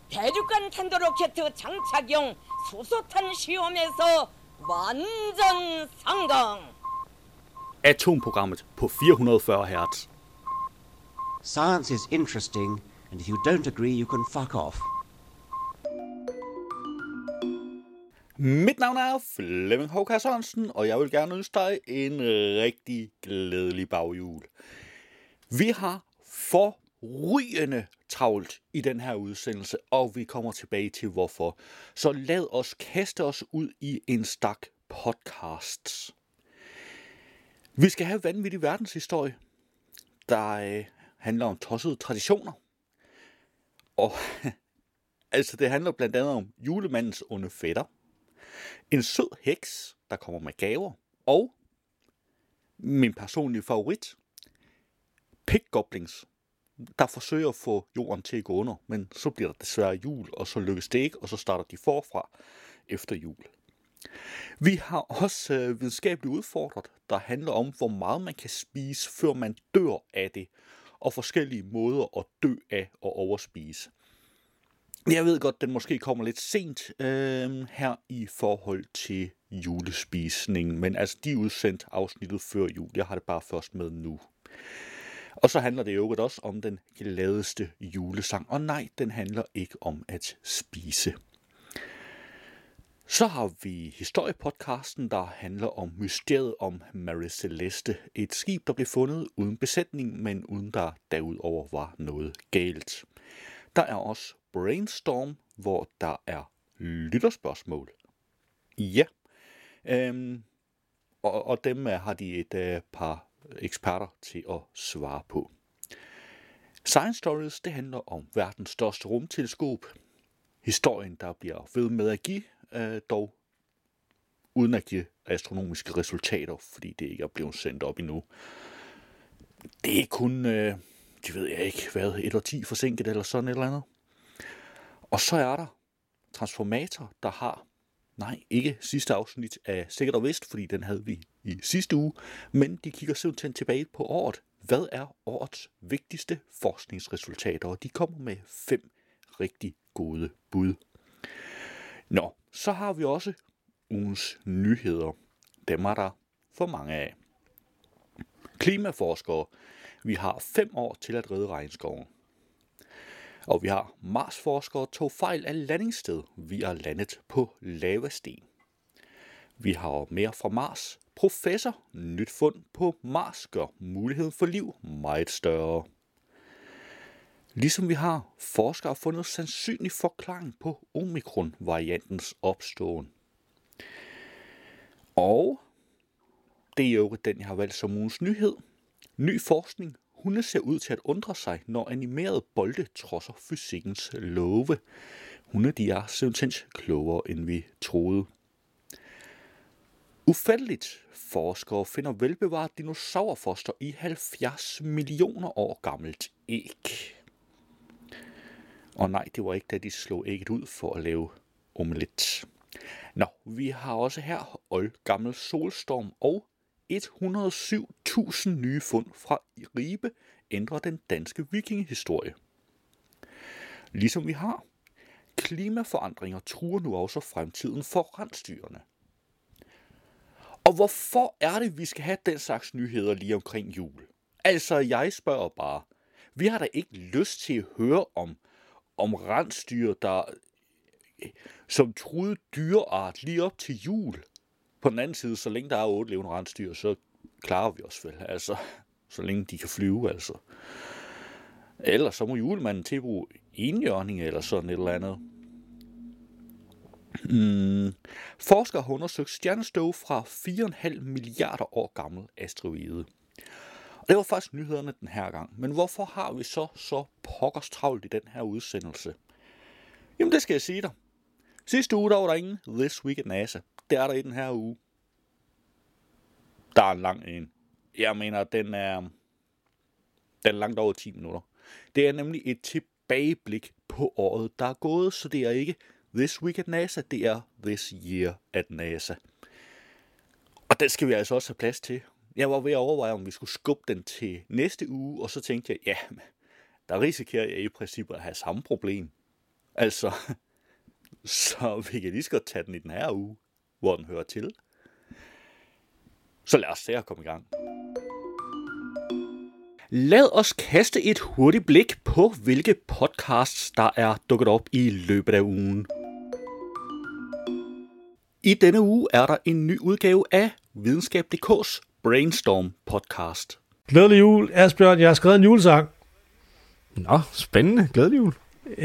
대륙간 탄도로켓 장착용 수소탄 시험에서 완전 성공. Atomprogrammet på 440 Hz. Science is interesting, and if you don't agree, you can fuck off. Mit navn er Flemming Håkær Sørensen, og jeg vil gerne ønske dig en rigtig glædelig baghjul. Vi har forrygende travlt i den her udsendelse, og vi kommer tilbage til hvorfor. Så lad os kaste os ud i en stak podcasts. Vi skal have vanvittig verdenshistorie, der handler om tossede traditioner. Og altså det handler blandt andet om julemandens onde fætter, en sød heks, der kommer med gaver, og min personlige favorit, piggoblins, der forsøger at få jorden til at gå under, men så bliver der desværre jul, og så lykkes det ikke, og så starter de forfra efter jul. Vi har også videnskabeligt udfordret, der handler om, hvor meget man kan spise, før man dør af det, og forskellige måder at dø af og overspise. Jeg ved godt, den måske kommer lidt sent her i forhold til julespisningen, men altså de er udsendt afsnittet før jul. Jeg har det bare først med nu. Og så handler det jo også om den gladeste julesang, og nej, den handler ikke om at spise. Så har vi historiepodcasten, der handler om mysteriet om Mary Celeste. Et skib, der blev fundet uden besætning, men uden der derudover var noget galt. Der er også Brainstorm, hvor der er lytterspørgsmål. Ja, og dem har de et par eksperter til at svare på. Science Stories, det handler om verdens største rumteleskop. Historien, der bliver ved med at give, dog uden at give astronomiske resultater, fordi det ikke er blevet sendt op endnu. Det er kun, det ved jeg ikke, hvad, 1 år 10 forsinket eller sådan et eller andet. Og så er der Transformator, der har, ikke sidste afsnit af Sikkert og Vist, fordi den havde vi i sidste uge, men de kigger simpelthen tilbage på året. Hvad er årets vigtigste forskningsresultater? Og de kommer med 5 rigtig gode bud. Nå, så har vi også ugens nyheder. Dem er der for mange af. Klimaforskere. Vi har 5 år til at redde regnskoven. Og vi har Mars-forskere tog fejl af landingssted. Vi er landet på lavasten. Vi har mere fra Mars. Professor, nyt fund på Mars gør muligheden for liv meget større. Ligesom vi har forskere fundet sandsynlig forklaring på omikron-variantens opståen. Og det er jo den, jeg har valgt som ugens nyhed. Ny forskning. Hunde ser ud til at undre sig, når animerede bolde trodser fysikkens love. Hunde, de er simpelthen klogere, end vi troede. Ufatteligt. Forskere finder velbevaret dinosaurfoster i 70 millioner år gammelt æg. Og nej, det var ikke da de slog ægget ud for at lave omelet. Nå, vi har også her oldgammel solstorm og 107.000 nye fund fra Ribe ændrer den danske vikingehistorie. Ligesom vi har klimaforandringer truer nu også fremtiden for rensdyrene. Og hvorfor er det, vi skal have den slags nyheder lige omkring jul? Altså, jeg spørger bare. Vi har da ikke lyst til at høre om rensdyr, der som truede dyreart lige op til jul. På den anden side, så længe der er 8 levende rensdyr, så klarer vi os vel. Altså, så længe de kan flyve, altså. Ellers så må julemanden tilbruge enhjørning eller sådan et eller andet. Forskere har undersøgt stjernestøv fra 4,5 milliarder år gammel asteroide. Og det var faktisk nyhederne den her gang. Men hvorfor har vi så pokkers travlt i den her udsendelse? Jamen det skal jeg sige dig. Sidste uge der var der ingen This Week at NASA. Det er der i den her uge. Der er en lang en. Jeg mener, den er langt over 10 minutter. Det er nemlig et tilbageblik på året, der er gået, så det er ikke This Week at NASA, det er This Year at NASA. Og den skal vi altså også have plads til. Jeg var ved at overveje, om vi skulle skubbe den til næste uge, og så tænkte jeg, ja, der risikerer jeg i princippet at have samme problem. Altså, så vi kan lige så godt tage den i den her uge, hvor den hører til. Så lad os se at komme i gang. Lad os kaste et hurtigt blik på, hvilke podcasts, der er dukket op i løbet af ugen. I denne uge er der en ny udgave af Videnskab.dk's Brainstorm podcast. Glædelig jul, Asbjørn. Jeg har skrevet en julesang. Nå, spændende. Glædelig jul.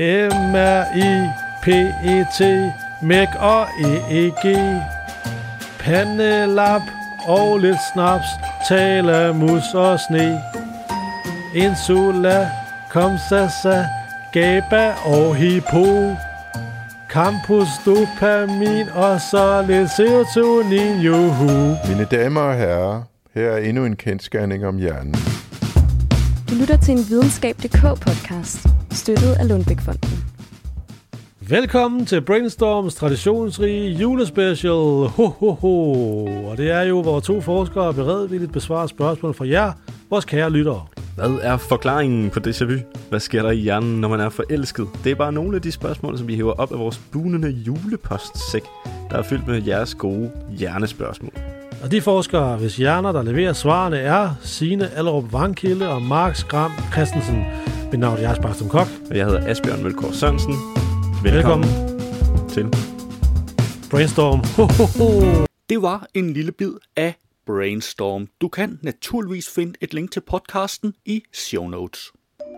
M-R-I-P-E-T, Mæk og E-E-G, Pandelap og lidt snaps, talamus og sne. Insula, komsasa, gaba og hippo, campus, dopamin og så lidt serotonin, juhu. Mine damer og herrer, her er endnu en kendsgerning om hjernen. Du lytter til en Videnskab.dk-podcast, støttet af Lundbeck-fonden. Velkommen til Brainstorms traditionsrige julespecial. Ho, ho, ho. Og det er jo, hvor to forskere beredvilligt besvarer spørgsmål fra jer, vores kære lyttere. Hvad er forklaringen på déjà vu? Hvad sker der i hjernen, når man er forelsket? Det er bare nogle af de spørgsmål, som vi hæver op af vores bunende julepostsæk, der er fyldt med jeres gode hjernespørgsmål. Og de forskere, hvis hjerner, der leverer svarene, er Signe Allerup Vangkilde og Mark Skram Christensen. Mit navn er Jens Barstum Kok. Og jeg hedder Asbjørn Mølgaard Sørensen. Velkommen til Brainstorm. Ho, ho, ho. Det var en lille bid af Brainstorm. Du kan naturligvis finde et link til podcasten i show notes.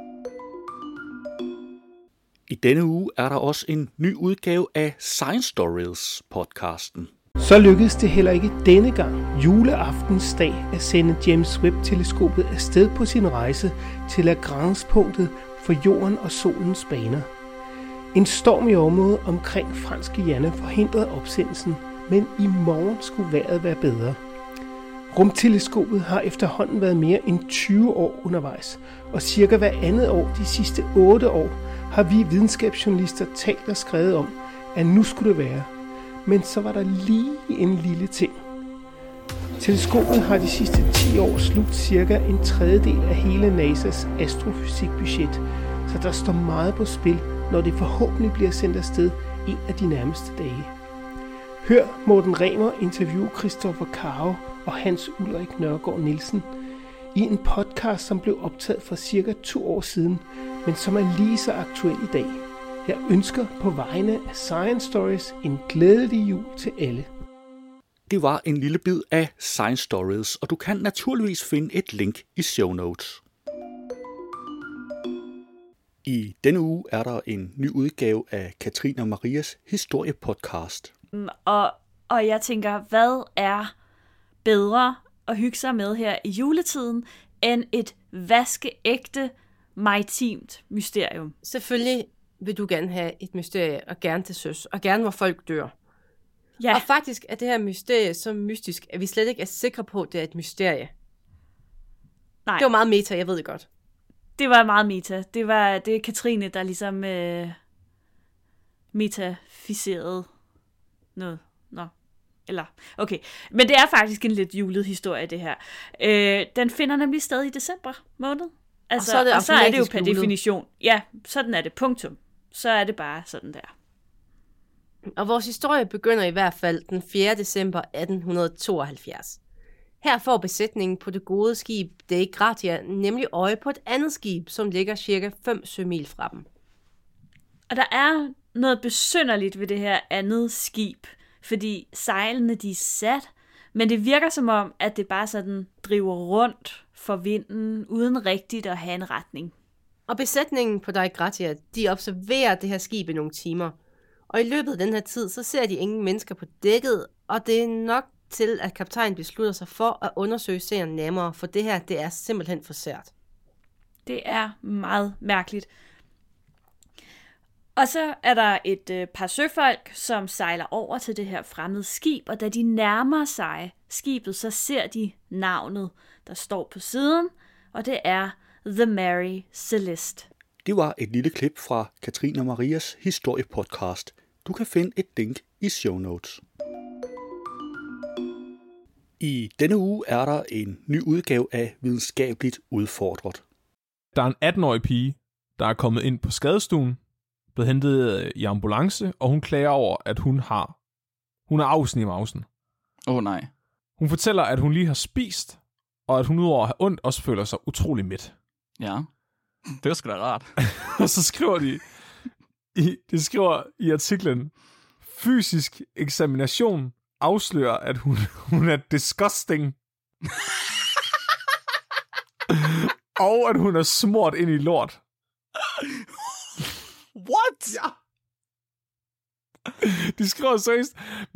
I denne uge er der også en ny udgave af Science Stories podcasten. Så lykkedes det heller ikke denne gang, juleaftensdag, at sende James Webb-teleskopet afsted på sin rejse til Lagrange-punktet for jorden og solens baner. En storm i området omkring Fransk Guyana forhindrede opsendelsen, men i morgen skulle vejret være bedre. Rumteleskopet har efterhånden været mere end 20 år undervejs, og cirka hver andet år de sidste 8 år har vi videnskabsjournalister talt og skrevet om, at nu skulle det være. Men så var der lige en lille ting. Teleskopet har de sidste 10 år slugt cirka en tredjedel af hele NASA's astrofysikbudget, så der står meget på spil, når det forhåbentlig bliver sendt afsted en af de nærmeste dage. Hør Morten Remer interviewe Christopher Karo og Hans Ulrik Nørgaard Nielsen i en podcast, som blev optaget for cirka 2 år siden, men som er lige så aktuel i dag. Jeg ønsker på vegne af Science Stories en glædelig jul til alle. Det var en lille bid af Science Stories, og du kan naturligvis finde et link i show notes. I denne uge er der en ny udgave af Katrine og Marias historiepodcast. Og jeg tænker, hvad er bedre at hygge sig med her i juletiden, end et vaskeægte maritimt mysterium? Selvfølgelig vil du gerne have et mysterie, og gerne til søs, og gerne hvor folk dør. Ja. Og faktisk er det her mysterie så mystisk, at vi slet ikke er sikre på, at det er et mysterie. Nej. Det var meget meta, jeg ved det godt. Det var meget meta. Det er Katrine, der ligesom metaficerede noget. Nå. Eller, okay. Men det er faktisk en lidt julet historie, det her. Den finder nemlig sted i december måned. Altså, og så er det jo per definition. Ja, sådan er det. Punktum. Så er det bare sådan der. Og vores historie begynder i hvert fald den 4. december 1872. Her får besætningen på det gode skib Dei Gratia nemlig øje på et andet skib, som ligger cirka 5 sømil fra dem. Og der er noget besynderligt ved det her andet skib, fordi sejlene de er sat, men det virker som om, at det bare sådan driver rundt for vinden, uden rigtigt at have en retning. Og besætningen på Dei Gratia, de observerer det her skib i nogle timer. Og i løbet af den her tid, så ser de ingen mennesker på dækket, og det er nok til, at kaptajnen beslutter sig for at undersøge serien nærmere, for det her, det er simpelthen for sært. Det er meget mærkeligt. Og så er der et par søfolk, som sejler over til det her fremmede skib, og da de nærmer sig skibet, så ser de navnet, der står på siden, og det er The Mary Celeste. Det var et lille klip fra Katrine og Marias historiepodcast. Du kan finde et link i show notes. I denne uge er der en ny udgave af Videnskabeligt Udfordret. Der er en 18-årig pige, der er kommet ind på skadestuen. blevet hentet i ambulance, og hun klager over, at hun er afsen i mausen. Nej. Hun fortæller, at hun lige har spist, og at hun udover at have ondt, også føler sig utrolig mæt. Ja, det var sgu da rart. Og så skriver de skriver i artiklen, fysisk eksamination afslører, at hun er disgusting. Og at hun er smurt ind i lort. What? Ja. De skriver seriøst,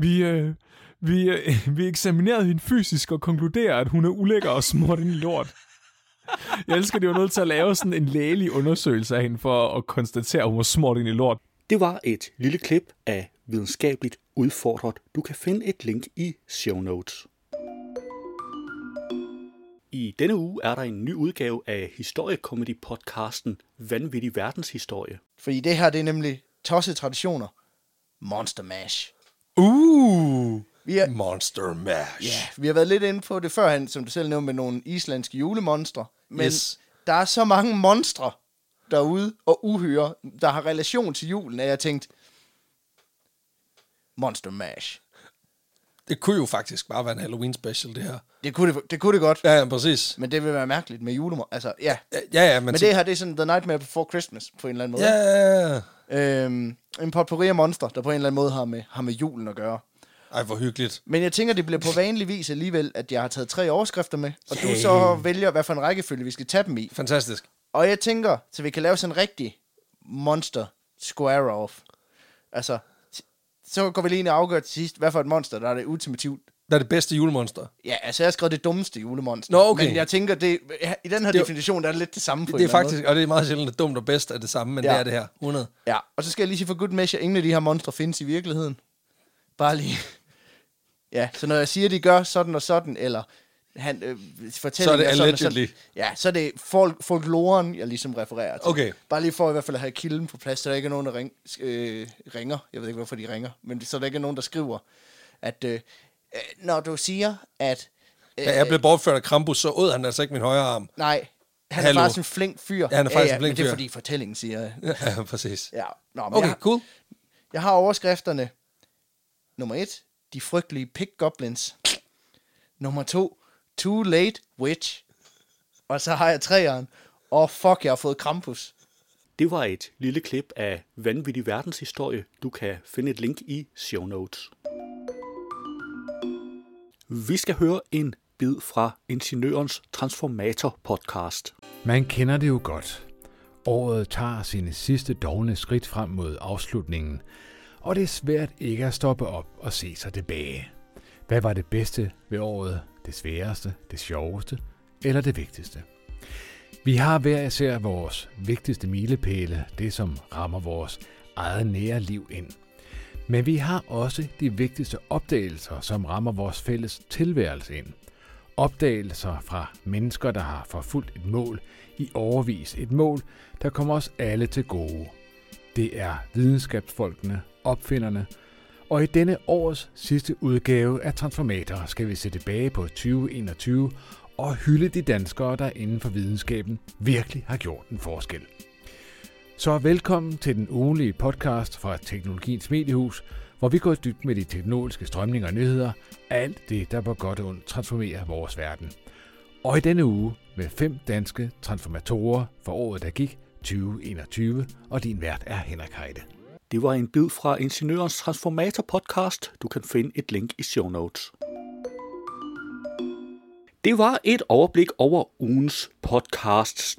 vi eksaminerede hende fysisk og konkluderer, at hun er ulækker og smurt ind i lort. Jeg elsker, at de var nødt til at lave sådan en lægelig undersøgelse af hende, for at konstatere, at hun var smurt ind i lort. Det var et lille klip af Videnskabeligt Udfordret. Du kan finde et link i show notes. I denne uge er der en ny udgave af historiekomedy-podcasten Vanvittig Verdenshistorie. Fordi det her, det er nemlig tossede traditioner. Monster Mash. Monster Mash. Ja, vi har været lidt inde på det førhen, som du selv nævnte, med nogle islandske julemonstre. Men der er så mange monstre derude og uhyre, der har relation til julen, at jeg tænkte, Monster Mash. Det kunne jo faktisk bare være en Halloween special, det her. Det kunne det godt. Ja, præcis. Men det vil være mærkeligt med julemor. Altså, ja. Men det her, det er sådan The Nightmare Before Christmas, på en eller anden måde. Ja. En potpourri af monster, der på en eller anden måde har med julen at gøre. Ej, hvor hyggeligt. Men jeg tænker, det bliver på vanlig vis alligevel, at jeg har taget 3 overskrifter med, og du så vælger, hvad for en rækkefølge vi skal tage dem i. Fantastisk. Og jeg tænker, så vi kan lave sådan en rigtig monster square-off. Altså, så går vi lige ind og afgør til sidst, hvad for et monster, der er det ultimativt. Der er det bedste julemonster? Ja, altså jeg har skrevet det dummeste julemonster. Nå, okay. Men jeg tænker, i den her definition, der er det lidt det samme på det er faktisk, og det er meget sjældent, at dumt og bedst er det samme, men det er det her. 100. Ja, og så skal jeg lige sige for good measure, ingen af de her monstre findes i virkeligheden. Bare lige. Ja, så når jeg siger, de gør sådan og sådan, eller fortæller... Så er det allegedly. Ja, så er det folkloren, jeg ligesom refererer til. Okay. Bare lige for i hvert fald at have kilden på plads, så der ikke er nogen, der ringer. Jeg ved ikke, hvorfor de ringer. Men så der ikke er nogen, der skriver, at når du siger, at... Da jeg blev bortført af Krampus, så åd han altså ikke min højre arm. Nej, han er faktisk en flink fyr. Ja, han er faktisk en flink fyr. Men det er fordi fortællingen siger... Ja, præcis. Ja. Nå, men okay, cool. Jeg har overskrifterne. Nummer 1. De frygtelige pig goblins. Nummer 2. Too late witch. Og så har jeg 3'eren. Fuck, jeg har fået Krampus. Det var et lille klip af Vanvittig Verdenshistorie. Du kan finde et link i show notes. Vi skal høre en bid fra Ingeniørens Transformator-podcast. Man kender det jo godt. Året tager sine sidste dovne skridt frem mod afslutningen, og det er svært ikke at stoppe op og se sig tilbage. Hvad var det bedste ved året, det sværeste, det sjoveste eller det vigtigste? Vi har hver især vores vigtigste milepæle, det som rammer vores eget nære liv ind. Men vi har også de vigtigste opdagelser, som rammer vores fælles tilværelse ind. Opdagelser fra mennesker, der har forfulgt et mål i årevis. Et mål, der kommer os alle til gode. Det er videnskabsfolkene, opfinderne, og i denne års sidste udgave af Transformator skal vi se tilbage på 2021 og hylde de danskere, der inden for videnskaben virkelig har gjort en forskel. Så velkommen til den ugenlige podcast fra Teknologiens Mediehus, hvor vi går dybt med de teknologiske strømninger og nyheder, alt det, der på godt og ondt transformerer vores verden. Og i denne uge med 5 danske transformatorer for året, der gik 2021, og din vært er Henrik Heide. Det var en bid fra Ingeniørens Transformator-podcast. Du kan finde et link i show notes. Det var et overblik over ugens podcasts.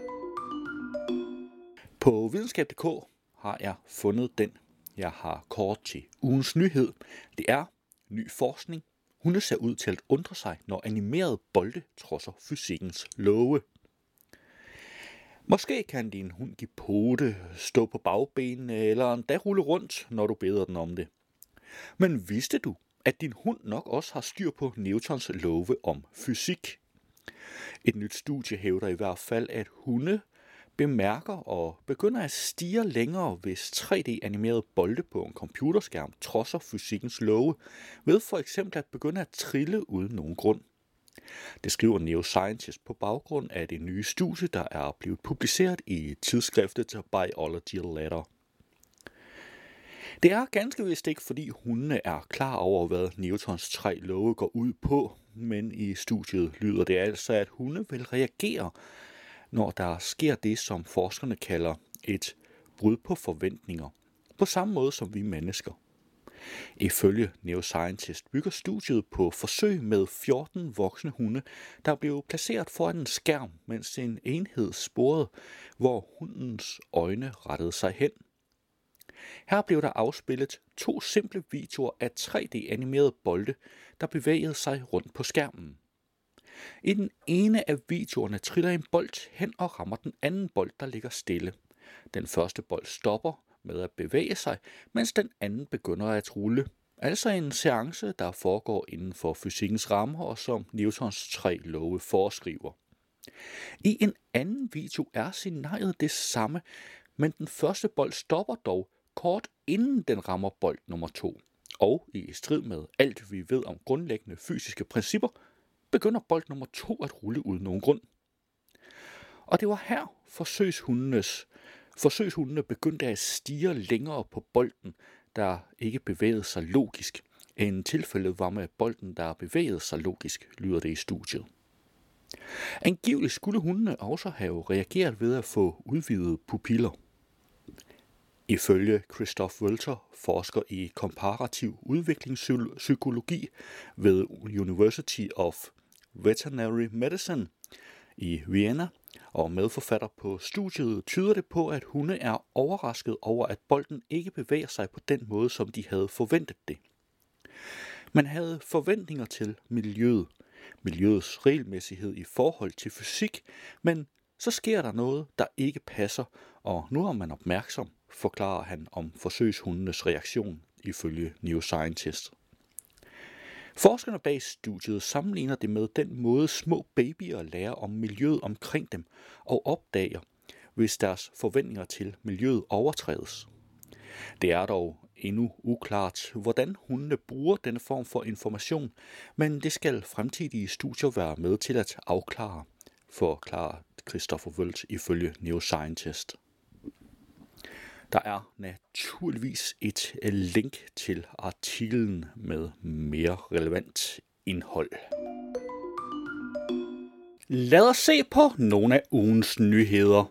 På videnskab.dk har jeg fundet den, jeg har kåret til ugens nyhed. Det er ny forskning. Hunde ser ud til at undre sig, når animerede bolde trodser fysikkens love. Måske kan din hund give pote, stå på bagbenene eller endda rulle rundt, når du beder den om det. Men vidste du, at din hund nok også har styr på Newtons love om fysik? Et nyt studie hævder i hvert fald, at hunde bemærker og begynder at stirre længere, hvis 3D-animerede bolde på en computerskærm trodser fysikkens love, ved for eksempel at begynde at trille uden nogen grund. Det skriver Neuroscientist på baggrund af det nye studie, der er blevet publiceret i tidsskriftet Biology Letter. Det er ganske vist ikke, fordi hundene er klar over, hvad Newtons 3 love går ud på, men i studiet lyder det altså, at hunde vil reagere, når der sker det, som forskerne kalder et brud på forventninger, på samme måde som vi mennesker. Ifølge Neuroscientist bygger studiet på forsøg med 14 voksne hunde, der blev placeret foran en skærm, mens en enhed sporede, hvor hundens øjne rettede sig hen. Her blev der afspillet 2 simple videoer af 3D-animerede bolde, der bevægede sig rundt på skærmen. I den ene af videoerne triller en bold hen og rammer den anden bold, der ligger stille. Den første bold stopper med at bevæge sig, mens den anden begynder at rulle. Altså en seance, der foregår inden for fysikkens rammer, og som Newtons 3 love foreskriver. I en anden video er scenariet det samme, men den første bold stopper dog kort inden den rammer bold nummer 2. Og i strid med alt vi ved om grundlæggende fysiske principper, begynder bold nummer 2 at rulle uden nogen grund. Og det var her forsøgshundene begyndte at stirre længere på bolden, der ikke bevægede sig logisk, end tilfældet var med bolden, der bevægede sig logisk, lyder det i studiet. Angiveligt skulle hundene også have reageret ved at få udvidede pupiller. Ifølge Christoph Wölter, forsker i komparativ udviklingspsykologi ved University of Veterinary Medicine i Vienna og medforfatter på studiet, tyder det på, at hunde er overrasket over, at bolden ikke bevæger sig på den måde, som de havde forventet det. Man havde forventninger til miljøets regelmæssighed i forhold til fysik, men så sker der noget, der ikke passer, og nu er man opmærksom, forklarer han om forsøgshundenes reaktion ifølge Neuroscientist. Forskerne bag studiet sammenligner det med den måde små babyer lærer om miljøet omkring dem og opdager, hvis deres forventninger til miljøet overtrædes. Det er dog endnu uklart, hvordan hundene bruger denne form for information, men det skal fremtidige studier være med til at afklare, forklarer Christopher Wölter ifølge Neuroscientist. Der er naturligvis et link til artiklen med mere relevant indhold. Lad os se på nogle af ugens nyheder.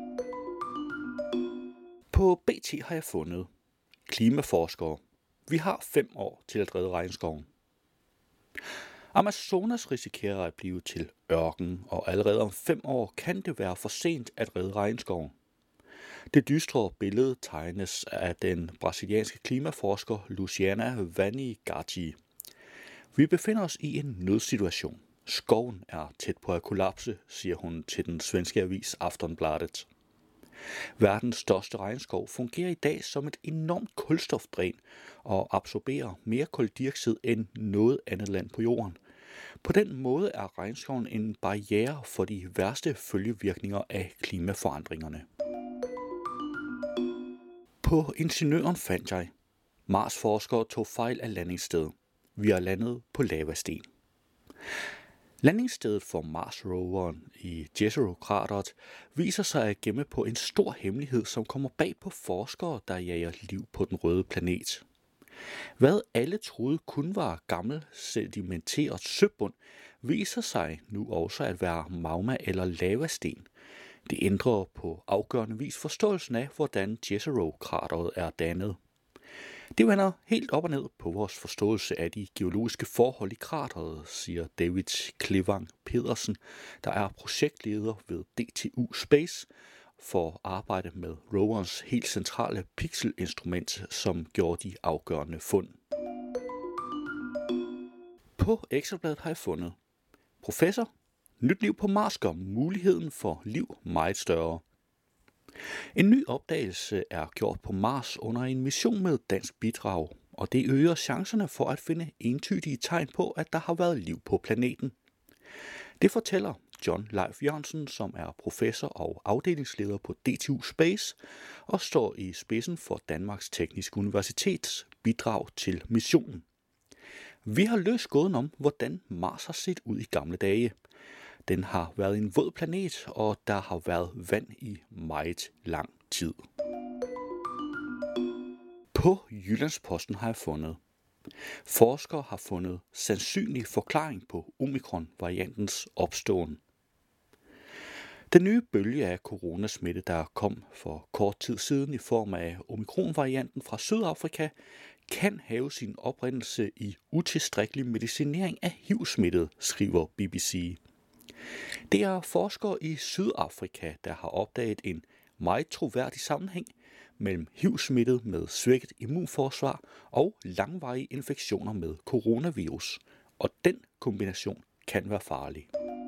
På BT har jeg fundet klimaforskere. Vi har 5 år til at redde regnskoven. Amazonas risikerer at blive til ørken, og allerede om 5 år kan det være for sent at redde regnskoven. Det dystre billede tegnes af den brasilianske klimaforsker Luciana Vanni-Gatti. Vi befinder os i en nødsituation. Skoven er tæt på at kollapse, siger hun til den svenske avis Aftonbladet. Verdens største regnskov fungerer i dag som et enormt kulstofdræn og absorberer mere kuldioxid end noget andet land på jorden. På den måde er regnskoven en barriere for de værste følgevirkninger af klimaforandringerne. På Ingeniøren fandt jeg. Mars-forskere tog fejl af landingsstedet. Vi er landet på lavasten. Landingsstedet for Mars-roveren i Jezero-krateret viser sig at gemme på en stor hemmelighed, som kommer bag på forskere, der jager liv på den røde planet. Hvad alle troede kun var gammel sedimenteret søbund, viser sig nu også at være magma eller lavasten. Det ændrer på afgørende vis forståelsen af, hvordan Jezero-krateret er dannet. Det vender helt op og ned på vores forståelse af de geologiske forhold i krateret, siger David Klevang Pedersen, der er projektleder ved DTU Space, for at arbejde med roverens helt centrale pixelinstrument, som gjorde de afgørende fund. På Ekstrabladet har jeg fundet: Professor, nyt liv på Mars gør muligheden for liv meget større. En ny opdagelse er gjort på Mars under en mission med dansk bidrag, og det øger chancerne for at finde entydige tegn på, at der har været liv på planeten. Det fortæller John Leif Jørgensen, som er professor og afdelingsleder på DTU Space og står i spidsen for Danmarks Tekniske Universitets bidrag til missionen. Vi har løst gåden om, hvordan Mars har set ud i gamle dage. Den har været en våd planet, og der har været vand i meget lang tid. På På Jyllandsposten har jeg fundet. Forskere har fundet sandsynlig forklaring på omikron-variantens opståen. Den nye bølge af coronasmitte, der kom for kort tid siden i form af omikron-varianten fra Sydafrika, kan have sin oprindelse i utilstrækkelig medicinering af HIV-smittet, skriver BBC. Det er forskere i Sydafrika, der har opdaget en meget troværdig sammenhæng mellem HIV-smittet med svækket immunforsvar og langvarige infektioner med coronavirus, og den kombination kan være farlig.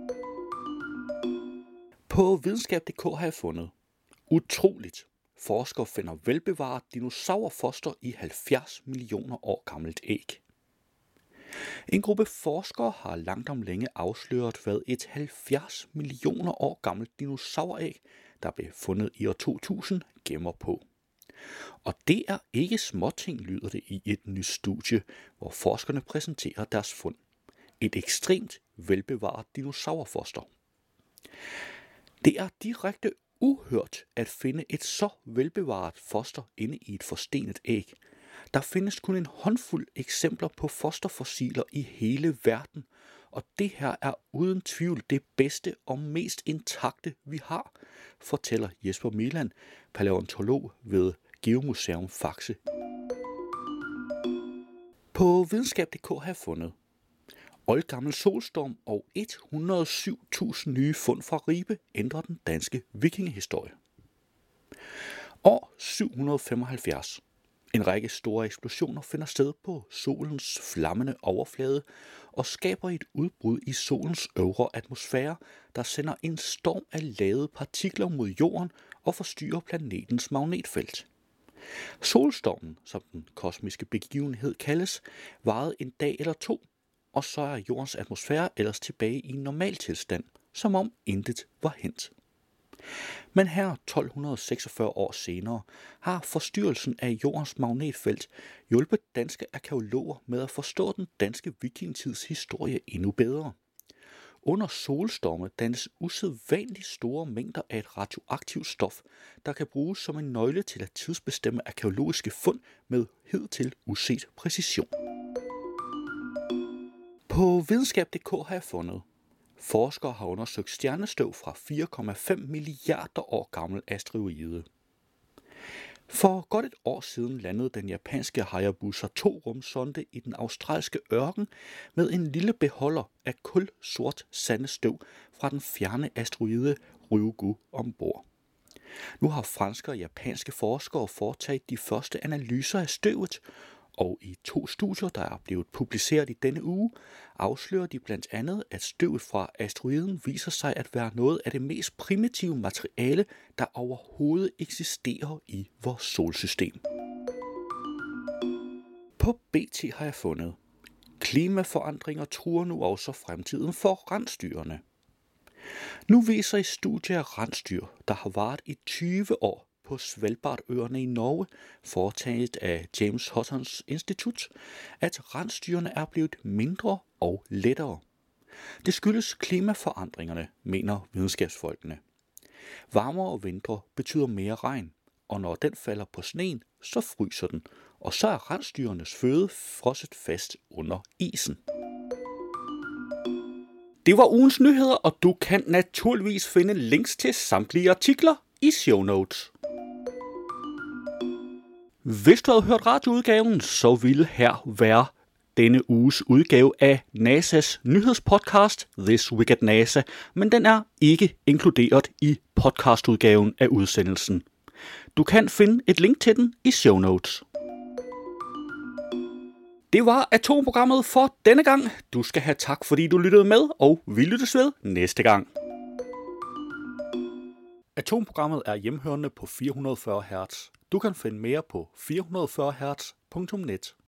På videnskab.dk har jeg fundet. Utroligt. Forskere finder velbevaret dinosaurfoster i 70 millioner år gammelt æg. En gruppe forskere har langt om længe afsløret, hvad et 70 millioner år gammelt dinosauræg, der blev fundet i år 2000, gemmer på. Og det er ikke småting, lyder det i et nyt studie, hvor forskerne præsenterer deres fund. Et ekstremt velbevaret dinosaurfoster. Det er direkte uhørt at finde et så velbevaret foster inde i et forstenet æg. Der findes kun en håndfuld eksempler på fosterfossiler i hele verden, og det her er uden tvivl det bedste og mest intakte, vi har, fortæller Jesper Milan, palæontolog ved Geomuseum Faxe. På videnskab.dk har jeg fundet. Oldgammel solstorm og 107.000 nye fund fra Ribe ændrer den danske vikingehistorie. År 775. En række store eksplosioner finder sted på solens flammende overflade og skaber et udbrud i solens øvre atmosfære, der sender en storm af ladede partikler mod jorden og forstyrrer planetens magnetfelt. Solstormen, som den kosmiske begivenhed kaldes, varede en dag eller to, og så er jordens atmosfære ellers tilbage i en normal tilstand, som om intet var hændt. Men her 1246 år senere har forstyrrelsen af jordens magnetfelt hjulpet danske arkæologer med at forstå den danske vikingetids historie endnu bedre. Under solstorme dannes usædvanligt store mængder af et radioaktivt stof, der kan bruges som en nøgle til at tidsbestemme arkæologiske fund med hidtil uset præcision. På videnskab.dk har jeg fundet. Forskere har undersøgt stjernestøv fra 4,5 milliarder år gammel asteroide. For godt et år siden landede den japanske Hayabusa 2-rumsonde i den australske ørken med en lille beholder af kulsort sandestøv fra den fjerne asteroide Ryugu ombord. Nu har franske og japanske forskere foretaget de første analyser af støvet, og i 2 studier, der er blevet publiceret i denne uge, afslører de blandt andet, at støvet fra asteroiden viser sig at være noget af det mest primitive materiale, der overhovedet eksisterer i vores solsystem. På BT har jeg fundet. Klimaforandringer truer nu også fremtiden for rensdyrene. Nu viser et studie af rensdyr, der har varet i 20 år, på Svalbardøerne i Norge, foretaget af James Huttons Institut, at rensdyrene er blevet mindre og lettere. Det skyldes klimaforandringerne, mener videnskabsfolkene. Varmere vintre betyder mere regn, og når den falder på sneen, så fryser den, og så er rensdyrenes føde frosset fast under isen. Det var ugens nyheder, og du kan naturligvis finde links til samtlige artikler i show notes. Hvis du havde hørt radioudgaven, så ville her være denne uges udgave af NASA's nyhedspodcast This Week at NASA, men den er ikke inkluderet i podcastudgaven af udsendelsen. Du kan finde et link til den i show notes. Det var Atomprogrammet for denne gang. Du skal have tak, fordi du lyttede med, og vi lyttes ved næste gang. Atomprogrammet er hjemhørende på 440 Hz. Du kan finde mere på 440hz.net.